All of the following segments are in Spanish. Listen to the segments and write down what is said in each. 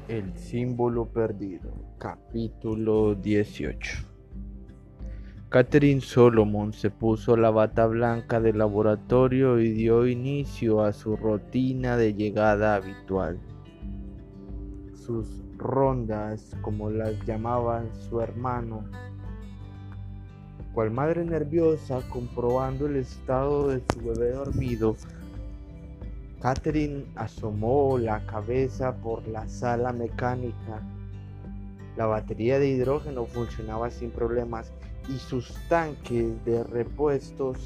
El símbolo perdido, capítulo 18. Catherine Solomon se puso la bata blanca del laboratorio y dio inicio a su rutina de llegada habitual. Sus rondas, como las llamaba su hermano, cual madre nerviosa comprobando el estado de su bebé dormido, Catherine asomó la cabeza por la sala mecánica. La batería de hidrógeno funcionaba sin problemas y sus tanques de repuestos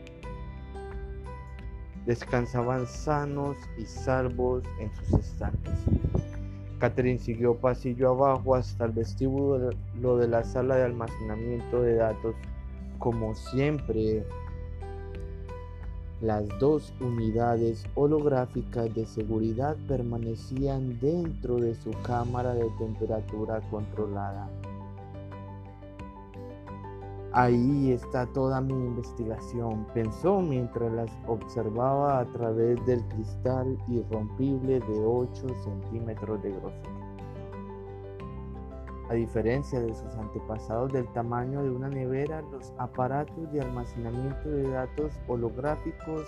descansaban sanos y salvos en sus estanques. Catherine siguió pasillo abajo hasta el vestíbulo de la sala de almacenamiento de datos. Como siempre, las dos unidades holográficas de seguridad permanecían dentro de su cámara de temperatura controlada. Ahí está toda mi investigación, pensó mientras las observaba a través del cristal irrompible de 8 centímetros de grosor. A diferencia de sus antepasados del tamaño de una nevera, los aparatos de almacenamiento de datos holográficos,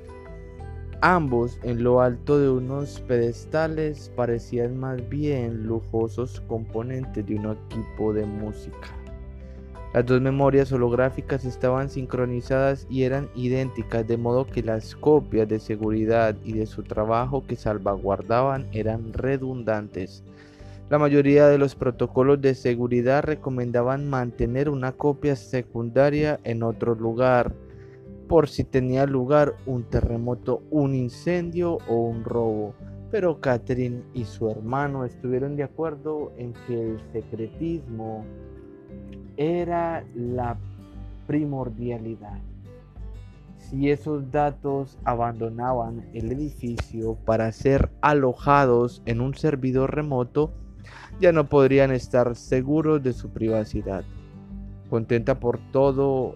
ambos en lo alto de unos pedestales, parecían más bien lujosos componentes de un equipo de música. Las dos memorias holográficas estaban sincronizadas y eran idénticas, de modo que las copias de seguridad y de su trabajo que salvaguardaban eran redundantes. La mayoría de los protocolos de seguridad recomendaban mantener una copia secundaria en otro lugar, por si tenía lugar un terremoto, un incendio o un robo. Pero Catherine y su hermano estuvieron de acuerdo en que el secretismo era la primordialidad. Si esos datos abandonaban el edificio para ser alojados en un servidor remoto, ya no podrían estar seguros de su privacidad. Contenta por todo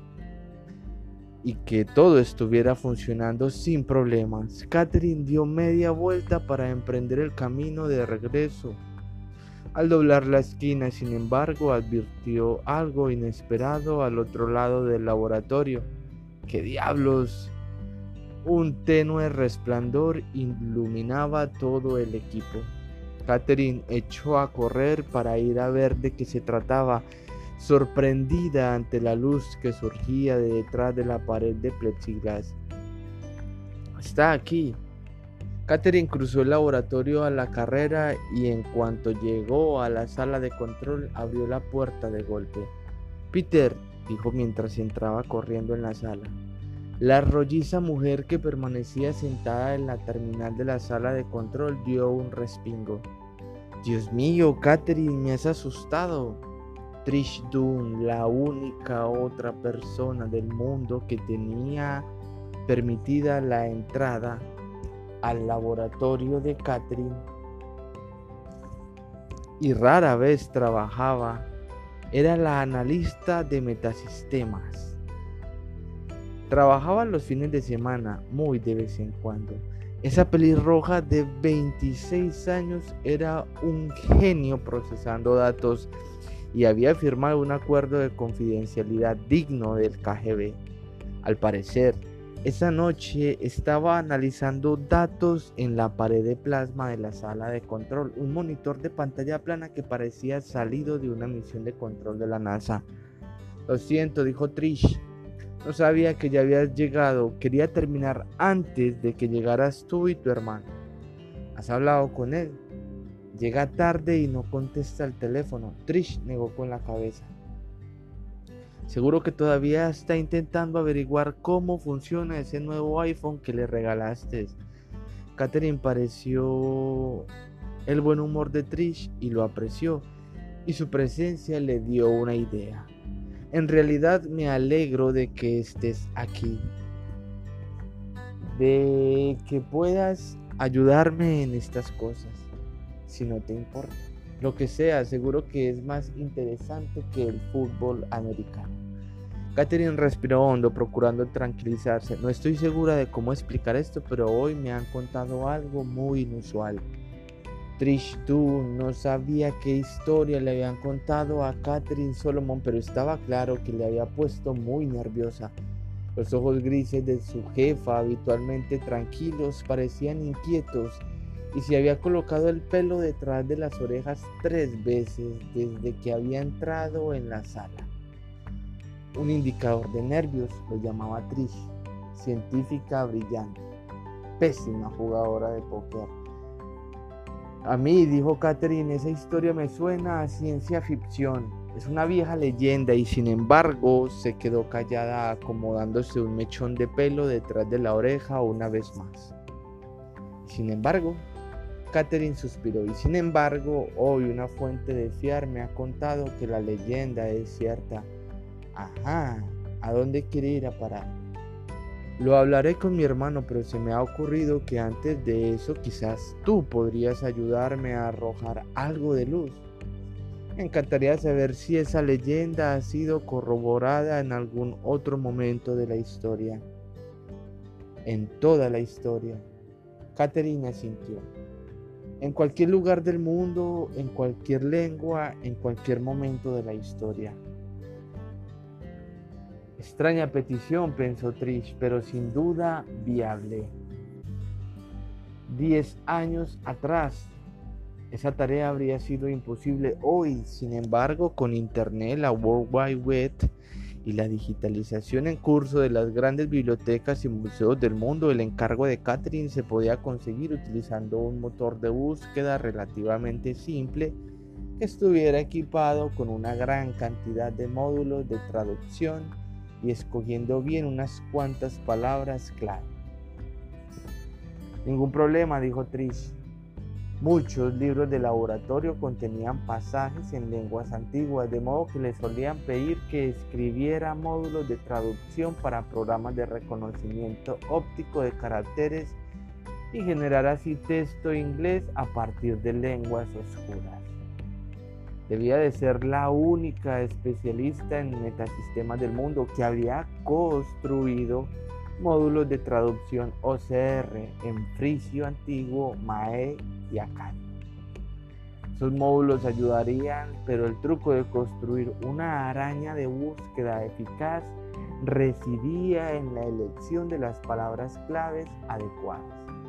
y que todo estuviera funcionando sin problemas, Catherine dio media vuelta para emprender el camino de regreso. Al doblar la esquina, sin embargo, advirtió algo inesperado al otro lado del laboratorio. ¡Qué diablos! Un tenue resplandor iluminaba todo el equipo. Catherine echó a correr para ir a ver de qué se trataba, sorprendida ante la luz que surgía de detrás de la pared de plexiglas. «Está aquí». Catherine cruzó el laboratorio a la carrera y en cuanto llegó a la sala de control abrió la puerta de golpe. «Peter», dijo mientras entraba corriendo en la sala. La rolliza mujer que permanecía sentada en la terminal de la sala de control dio un respingo. «Dios mío, Catherine, me has asustado». Trish Dunn, la única otra persona del mundo que tenía permitida la entrada al laboratorio de Catherine y rara vez trabajaba, era la analista de metasistemas. Trabajaba los fines de semana, muy de vez en cuando. Esa pelirroja de 26 años era un genio procesando datos y había firmado un acuerdo de confidencialidad digno del KGB. Al parecer, esa noche estaba analizando datos en la pared de plasma de la sala de control, un monitor de pantalla plana que parecía salido de una misión de control de la NASA. «Lo siento», dijo Trish. «No sabía que ya habías llegado. Quería terminar antes de que llegaras tú y tu hermano». «¿Has hablado con él?» «Llega tarde y no contesta el teléfono». Trish negó con la cabeza. «Seguro que todavía está intentando averiguar cómo funciona ese nuevo iPhone que le regalaste». Catherine pareció el buen humor de Trish y lo apreció, y su presencia le dio una idea. «En realidad me alegro de que estés aquí, de que puedas ayudarme en estas cosas, si no te importa. Lo que sea, seguro que es más interesante que el fútbol americano». Catherine respiró hondo, procurando tranquilizarse. «No estoy segura de cómo explicar esto, pero hoy me han contado algo muy inusual». Trish Dunn no sabía qué historia le habían contado a Katherine Solomon, pero estaba claro que le había puesto muy nerviosa. Los ojos grises de su jefa, habitualmente tranquilos, parecían inquietos, y se había colocado el pelo detrás de las orejas 3 veces desde que había entrado en la sala. Un indicador de nervios, lo llamaba Trish, científica brillante, pésima jugadora de póker. A mí, dijo Katherine, esa historia me suena a ciencia ficción. Es una vieja leyenda y sin embargo se quedó callada acomodándose un mechón de pelo detrás de la oreja una vez más. Sin embargo, Katherine suspiró. Y sin embargo, hoy una fuente de fiar me ha contado que la leyenda es cierta. Ajá, ¿a dónde quiere ir a parar? Lo hablaré con mi hermano, pero se me ha ocurrido que antes de eso quizás tú podrías ayudarme a arrojar algo de luz. Me encantaría saber si esa leyenda ha sido corroborada en algún otro momento de la historia. En toda la historia. Katherine asintió. En cualquier lugar del mundo, en cualquier lengua, en cualquier momento de la historia. Extraña petición, pensó Trish, pero sin duda viable. 10 años atrás, esa tarea habría sido imposible hoy. Sin embargo, con Internet, la World Wide Web y la digitalización en curso de las grandes bibliotecas y museos del mundo, el encargo de Katherine se podía conseguir utilizando un motor de búsqueda relativamente simple que estuviera equipado con una gran cantidad de módulos de traducción y escogiendo bien unas cuantas palabras clave. Ningún problema, dijo Trish. Muchos libros de laboratorio contenían pasajes en lenguas antiguas, de modo que le solían pedir que escribiera módulos de traducción para programas de reconocimiento óptico de caracteres y generar así texto inglés a partir de lenguas oscuras. Debía de ser la única especialista en metasistemas del mundo que había construido módulos de traducción OCR en frisio antiguo, Mae y Akkad. Esos módulos ayudarían, pero el truco de construir una araña de búsqueda eficaz residía en la elección de las palabras claves adecuadas.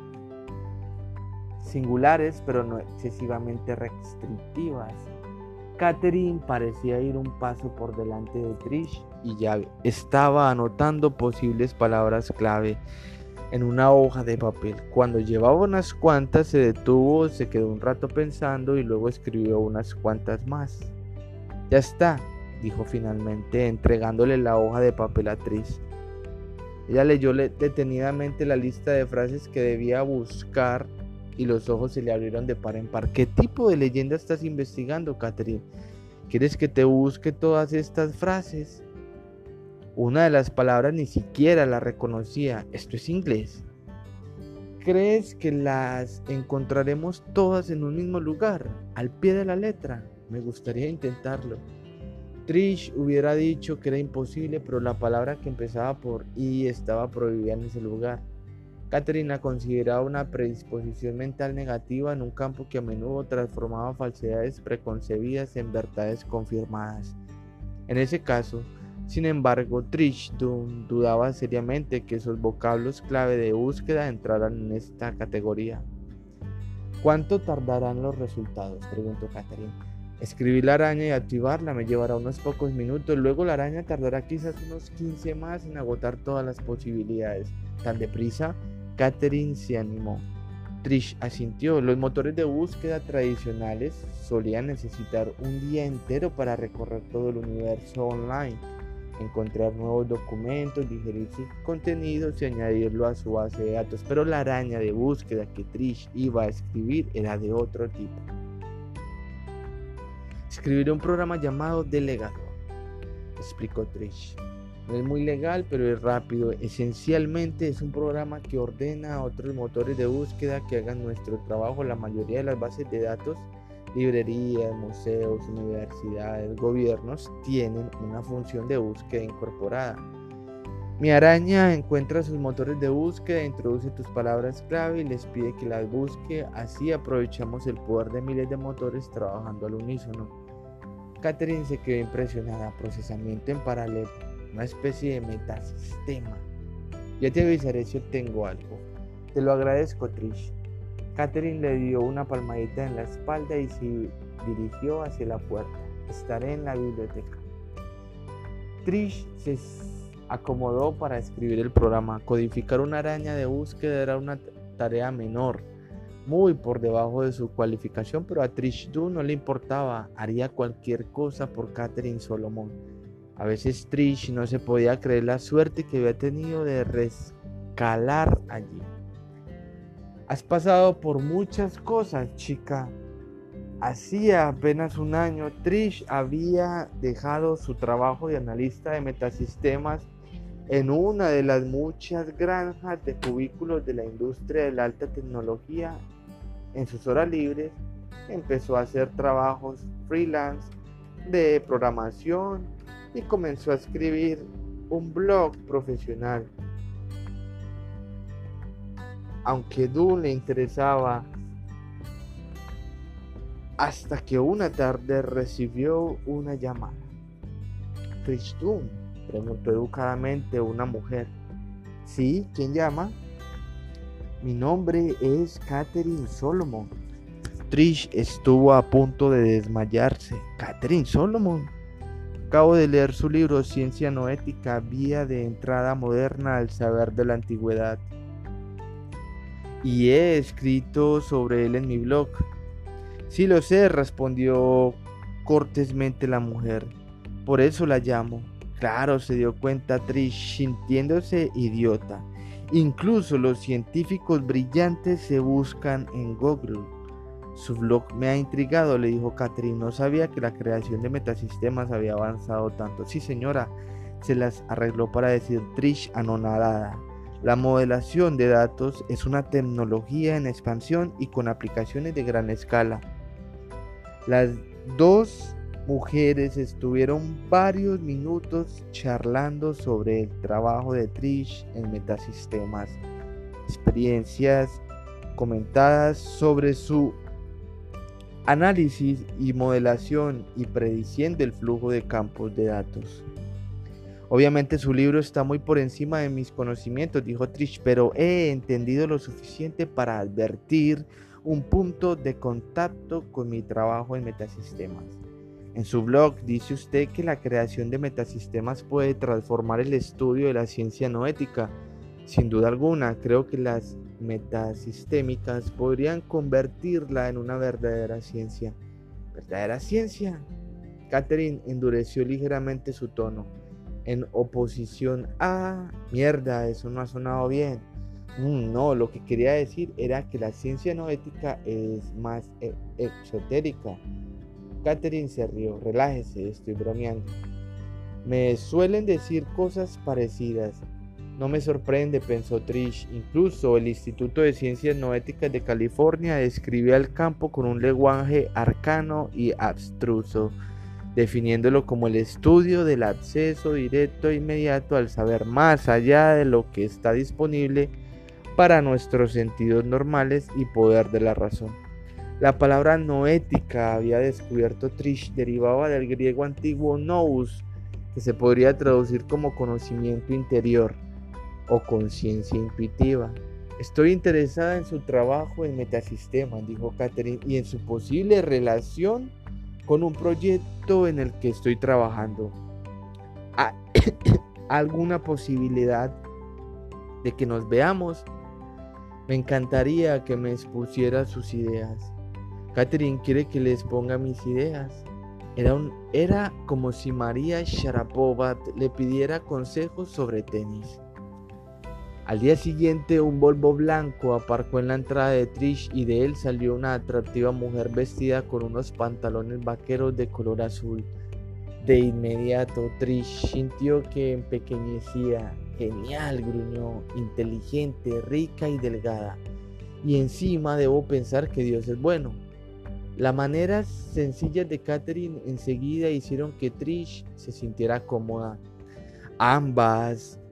Singulares, pero no excesivamente restrictivas. Katherine parecía ir un paso por delante de Trish y ya estaba anotando posibles palabras clave en una hoja de papel. Cuando llevaba unas cuantas se detuvo, se quedó un rato pensando y luego escribió unas cuantas más. Ya está, dijo finalmente, entregándole la hoja de papel a Trish. Ella leyó detenidamente la lista de frases que debía buscar y los ojos se le abrieron de par en par. ¿Qué tipo de leyenda estás investigando, Katherine? ¿Quieres que te busque todas estas frases? Una de las palabras ni siquiera la reconocía. Esto es inglés. ¿Crees que las encontraremos todas en un mismo lugar, al pie de la letra? Me gustaría intentarlo. Trish hubiera dicho que era imposible, pero la palabra que empezaba por I estaba prohibida en ese lugar. Katherine consideraba una predisposición mental negativa en un campo que a menudo transformaba falsedades preconcebidas en verdades confirmadas. En ese caso, sin embargo, Trish Dunn dudaba seriamente que esos vocablos clave de búsqueda entraran en esta categoría. ¿Cuánto tardarán los resultados?, preguntó Katherine. Escribir la araña y activarla me llevará unos pocos minutos, luego la araña tardará quizás unos 15 más en agotar todas las posibilidades. ¿Tan deprisa? Katherine se animó. Trish asintió. Los motores de búsqueda tradicionales solían necesitar un día entero para recorrer todo el universo online, encontrar nuevos documentos, digerir sus contenidos y añadirlo a su base de datos, pero la araña de búsqueda que Trish iba a escribir era de otro tipo. Escribiré un programa llamado Delegador, explicó Trish. No es muy legal, pero es rápido. Esencialmente es un programa que ordena a otros motores de búsqueda que hagan nuestro trabajo. La mayoría de las bases de datos, librerías, museos, universidades, gobiernos, tienen una función de búsqueda incorporada. Mi araña encuentra sus motores de búsqueda, introduce tus palabras clave y les pide que las busque. Así aprovechamos el poder de miles de motores trabajando al unísono. Catherine se quedó impresionada. Procesamiento en paralelo, una especie de metasistema. Ya te avisaré si obtengo algo. Te lo agradezco, Trish. Catherine le dio una palmadita en la espalda y se dirigió hacia la puerta. Estaré en la biblioteca. Trish se acomodó para escribir el programa. Codificar una araña de búsqueda era una tarea menor, muy por debajo de su cualificación, pero a Trish Dunn no le importaba, haría cualquier cosa por Catherine Solomon. A veces Trish no se podía creer la suerte que había tenido de rescalar allí. Has pasado por muchas cosas, chica. Hacía apenas un año, Trish había dejado su trabajo de analista de metasistemas en una de las muchas granjas de cubículos de la industria de la alta tecnología. En sus horas libres empezó a hacer trabajos freelance de programación y comenzó a escribir un blog profesional. Aunque Dunn le interesaba, hasta que una tarde recibió una llamada. ¿Trish Dunn?, preguntó educadamente una mujer. ¿Sí? ¿Quién llama? Mi nombre es Catherine Solomon. Trish estuvo a punto de desmayarse. ¿Catherine Solomon? Acabo de leer su libro Ciencia no ética, vía de entrada moderna al saber de la antigüedad. Y he escrito sobre él en mi blog. Sí lo sé, respondió cortésmente la mujer. Por eso la llamo. Claro, se dio cuenta Trish, sintiéndose idiota. Incluso los científicos brillantes se buscan en Google. Su blog me ha intrigado, le dijo Catherine. No sabía que la creación de metasistemas había avanzado tanto. Sí, señora, se las arregló para decir Trish anonadada. La modelación de datos es una tecnología en expansión y con aplicaciones de gran escala. Las dos mujeres estuvieron varios minutos charlando sobre el trabajo de Trish en metasistemas, experiencias comentadas sobre su análisis y modelación y predicción del flujo de campos de datos. Obviamente su libro está muy por encima de mis conocimientos, dijo Trish, pero he entendido lo suficiente para advertir un punto de contacto con mi trabajo en metasistemas. En su blog dice usted que la creación de metasistemas puede transformar el estudio de la ciencia no ética. Sin duda alguna, creo que las metasistémicas podrían convertirla en una verdadera ciencia. ¿Verdadera ciencia? Catherine endureció ligeramente su tono. En oposición a... Mierda, eso no ha sonado bien. No, lo que quería decir era que la ciencia no ética es más exotérica. Catherine se rió. Relájese, estoy bromeando. Me suelen decir cosas parecidas. No me sorprende, pensó Trish. Incluso el Instituto de Ciencias No Éticas de California describía el campo con un lenguaje arcano y abstruso, definiéndolo como el estudio del acceso directo e inmediato al saber más allá de lo que está disponible para nuestros sentidos normales y poder de la razón. La palabra noética, había descubierto Trish, derivaba del griego antiguo nous, que se podría traducir como conocimiento interior o conciencia intuitiva. Estoy interesada en su trabajo en metasistemas, dijo Catherine, y en su posible relación con un proyecto en el que estoy trabajando. ¿Alguna posibilidad de que nos veamos? Me encantaría que me expusiera sus ideas. Catherine quiere que le exponga mis ideas. Era como si María Sharapova le pidiera consejos sobre tenis. Al día siguiente, un Volvo blanco aparcó en la entrada de Trish y de él salió una atractiva mujer vestida con unos pantalones vaqueros de color azul. De inmediato, Trish sintió que empequeñecía. Genial, gruñó, inteligente, rica y delgada. Y encima debo pensar que Dios es bueno. Las maneras sencillas de Catherine enseguida hicieron que Trish se sintiera cómoda. Ambas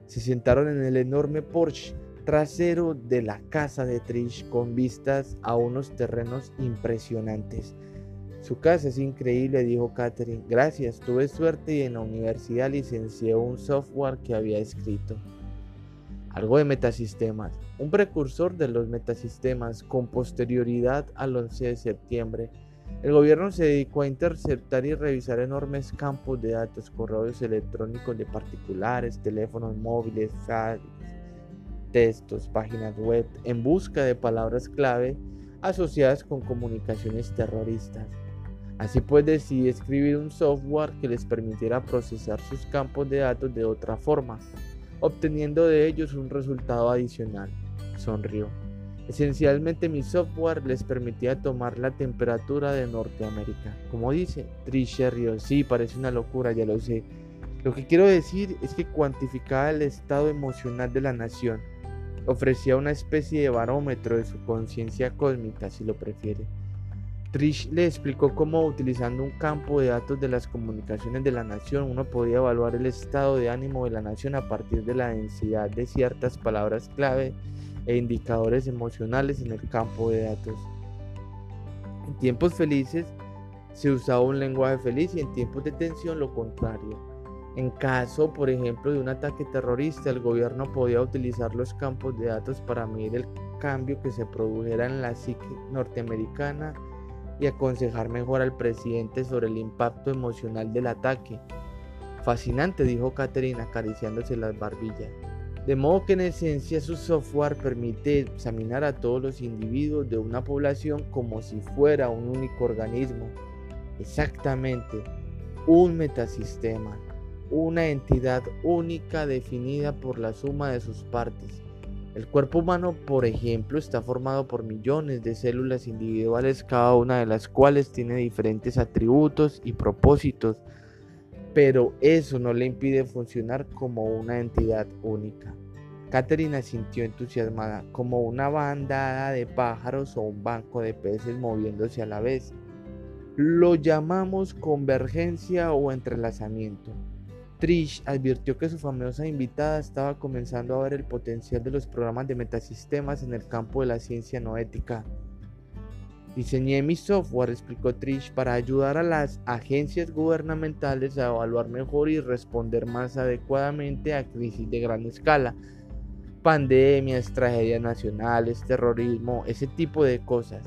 Se sentaron en el enorme Porsche trasero de la casa de Trish con vistas a unos terrenos impresionantes. Su casa es increíble, dijo Catherine. Gracias, tuve suerte y en la universidad licencié un software que había escrito. Algo de metasistemas, un precursor de los metasistemas con posterioridad al 11 de septiembre. El gobierno se dedicó a interceptar y revisar enormes campos de datos, correos electrónicos de particulares, teléfonos móviles, fax, textos, páginas web, en busca de palabras clave asociadas con comunicaciones terroristas. Así pues, decidí escribir un software que les permitiera procesar sus campos de datos de otra forma, obteniendo de ellos un resultado adicional. Sonrió. Esencialmente mi software les permitía tomar la temperatura de Norteamérica. Como dice, Trish se rió. Sí, parece una locura, ya lo sé. Lo que quiero decir es que cuantificaba el estado emocional de la nación. Ofrecía una especie de barómetro de su conciencia cósmica, si lo prefiere. Trish le explicó cómo, utilizando un campo de datos de las comunicaciones de la nación, uno podía evaluar el estado de ánimo de la nación a partir de la densidad de ciertas palabras clave e indicadores emocionales en el campo de datos. En tiempos felices se usaba un lenguaje feliz y en tiempos de tensión lo contrario. En caso, por ejemplo, de un ataque terrorista, el gobierno podía utilizar los campos de datos para medir el cambio que se produjera en la psique norteamericana y aconsejar mejor al presidente sobre el impacto emocional del ataque. Fascinante, dijo Catherine acariciándose las barbillas. De modo que en esencia su software permite examinar a todos los individuos de una población como si fuera un único organismo. Exactamente, un metasistema, una entidad única definida por la suma de sus partes. El cuerpo humano, por ejemplo, está formado por millones de células individuales, cada una de las cuales tiene diferentes atributos y propósitos, pero eso no le impide funcionar como una entidad única. Catherine asintió entusiasmada, como una bandada de pájaros o un banco de peces moviéndose a la vez. Lo llamamos convergencia o entrelazamiento. Trish advirtió que su famosa invitada estaba comenzando a ver el potencial de los programas de metasistemas en el campo de la ciencia no ética. Diseñé mi software, explicó Trish, para ayudar a las agencias gubernamentales a evaluar mejor y responder más adecuadamente a crisis de gran escala, pandemias, tragedias nacionales, terrorismo, ese tipo de cosas.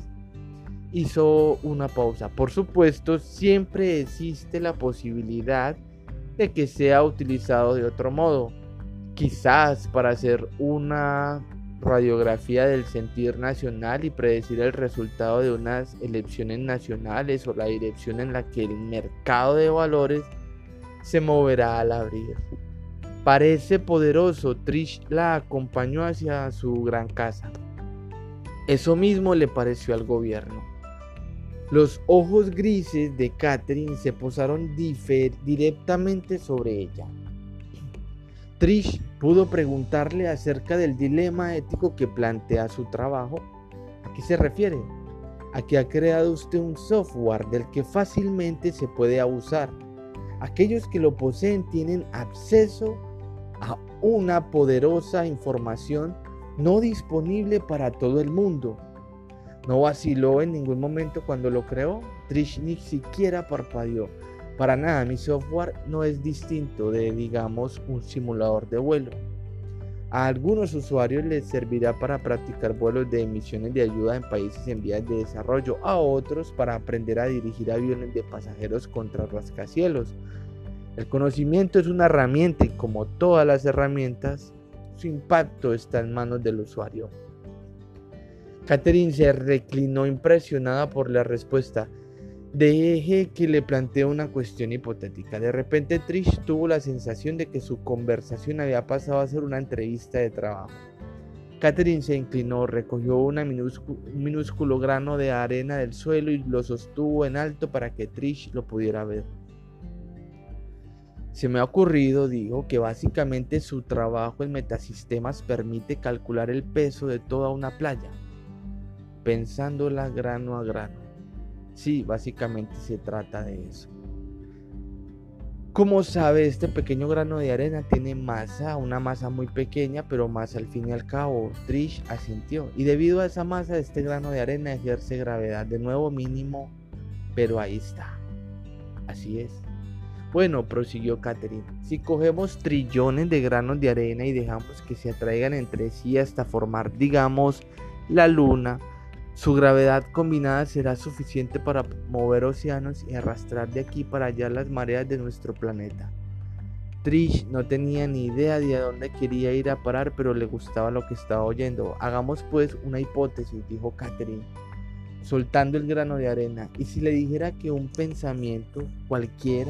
Hizo una pausa. Por supuesto, siempre existe la posibilidad de que sea utilizado de otro modo, quizás para hacer una radiografía del sentir nacional y predecir el resultado de unas elecciones nacionales o la dirección en la que el mercado de valores se moverá al abrir. Parece poderoso. Trish la acompañó hacia su gran casa. Eso mismo le pareció al gobierno. Los ojos grises de Catherine se posaron directamente sobre ella. Trish pudo preguntarle acerca del dilema ético que plantea su trabajo. ¿A qué se refiere? A que ha creado usted un software del que fácilmente se puede abusar. Aquellos que lo poseen tienen acceso a una poderosa información no disponible para todo el mundo. No vaciló en ningún momento cuando lo creó. Trish ni siquiera parpadeó. Para nada, mi software no es distinto de, digamos, un simulador de vuelo. A algunos usuarios les servirá para practicar vuelos de misiones de ayuda en países en vías de desarrollo, a otros para aprender a dirigir aviones de pasajeros contra rascacielos. El conocimiento es una herramienta y, como todas las herramientas, su impacto está en manos del usuario. Catherine se reclinó impresionada por la respuesta. Deje que le plantee una cuestión hipotética. De repente Trish tuvo la sensación de que su conversación había pasado a ser una entrevista de trabajo. Catherine se inclinó, recogió un minúsculo grano de arena del suelo y lo sostuvo en alto para que Trish lo pudiera ver. Se me ha ocurrido, digo, que básicamente su trabajo en metasistemas permite calcular el peso de toda una playa, pensándola grano a grano. Sí, básicamente se trata de eso. Como sabe, este pequeño grano de arena tiene masa, una masa muy pequeña, pero masa al fin y al cabo. Trish asintió. Y debido a esa masa, este grano de arena ejerce gravedad, de nuevo mínimo, pero ahí está. Así es. Bueno, prosiguió Catherine, si cogemos trillones de granos de arena y dejamos que se atraigan entre sí hasta formar, digamos, la luna, su gravedad combinada será suficiente para mover océanos y arrastrar de aquí para allá las mareas de nuestro planeta. Trish no tenía ni idea de a dónde quería ir a parar, pero le gustaba lo que estaba oyendo. Hagamos pues una hipótesis, dijo Catherine, soltando el grano de arena. ¿Y si le dijera que un pensamiento, cualquier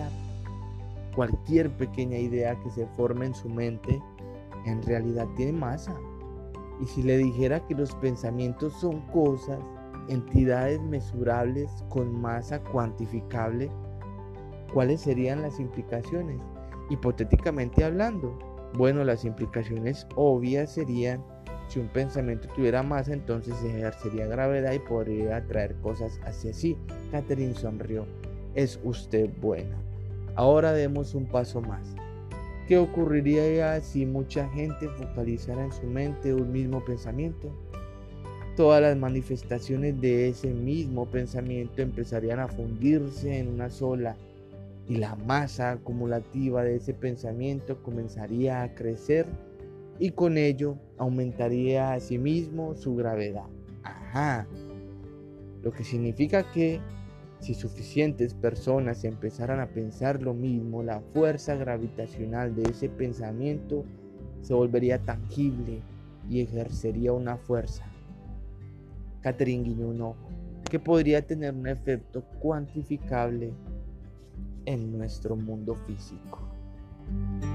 pequeña idea que se forme en su mente, en realidad tiene masa? Y si le dijera que los pensamientos son cosas, entidades mesurables con masa cuantificable, ¿cuáles serían las implicaciones? Hipotéticamente hablando, bueno, las implicaciones obvias serían: si un pensamiento tuviera masa, entonces ejercería gravedad y podría atraer cosas hacia sí. Catherine sonrió. Es usted buena. Ahora demos un paso más. ¿Qué ocurriría si mucha gente focalizara en su mente un mismo pensamiento? Todas las manifestaciones de ese mismo pensamiento empezarían a fundirse en una sola, y la masa acumulativa de ese pensamiento comenzaría a crecer y con ello aumentaría a sí mismo su gravedad. Ajá. Lo que significa que si suficientes personas empezaran a pensar lo mismo, la fuerza gravitacional de ese pensamiento se volvería tangible y ejercería una fuerza. Catherine guiñó un ojo, que podría tener un efecto cuantificable en nuestro mundo físico.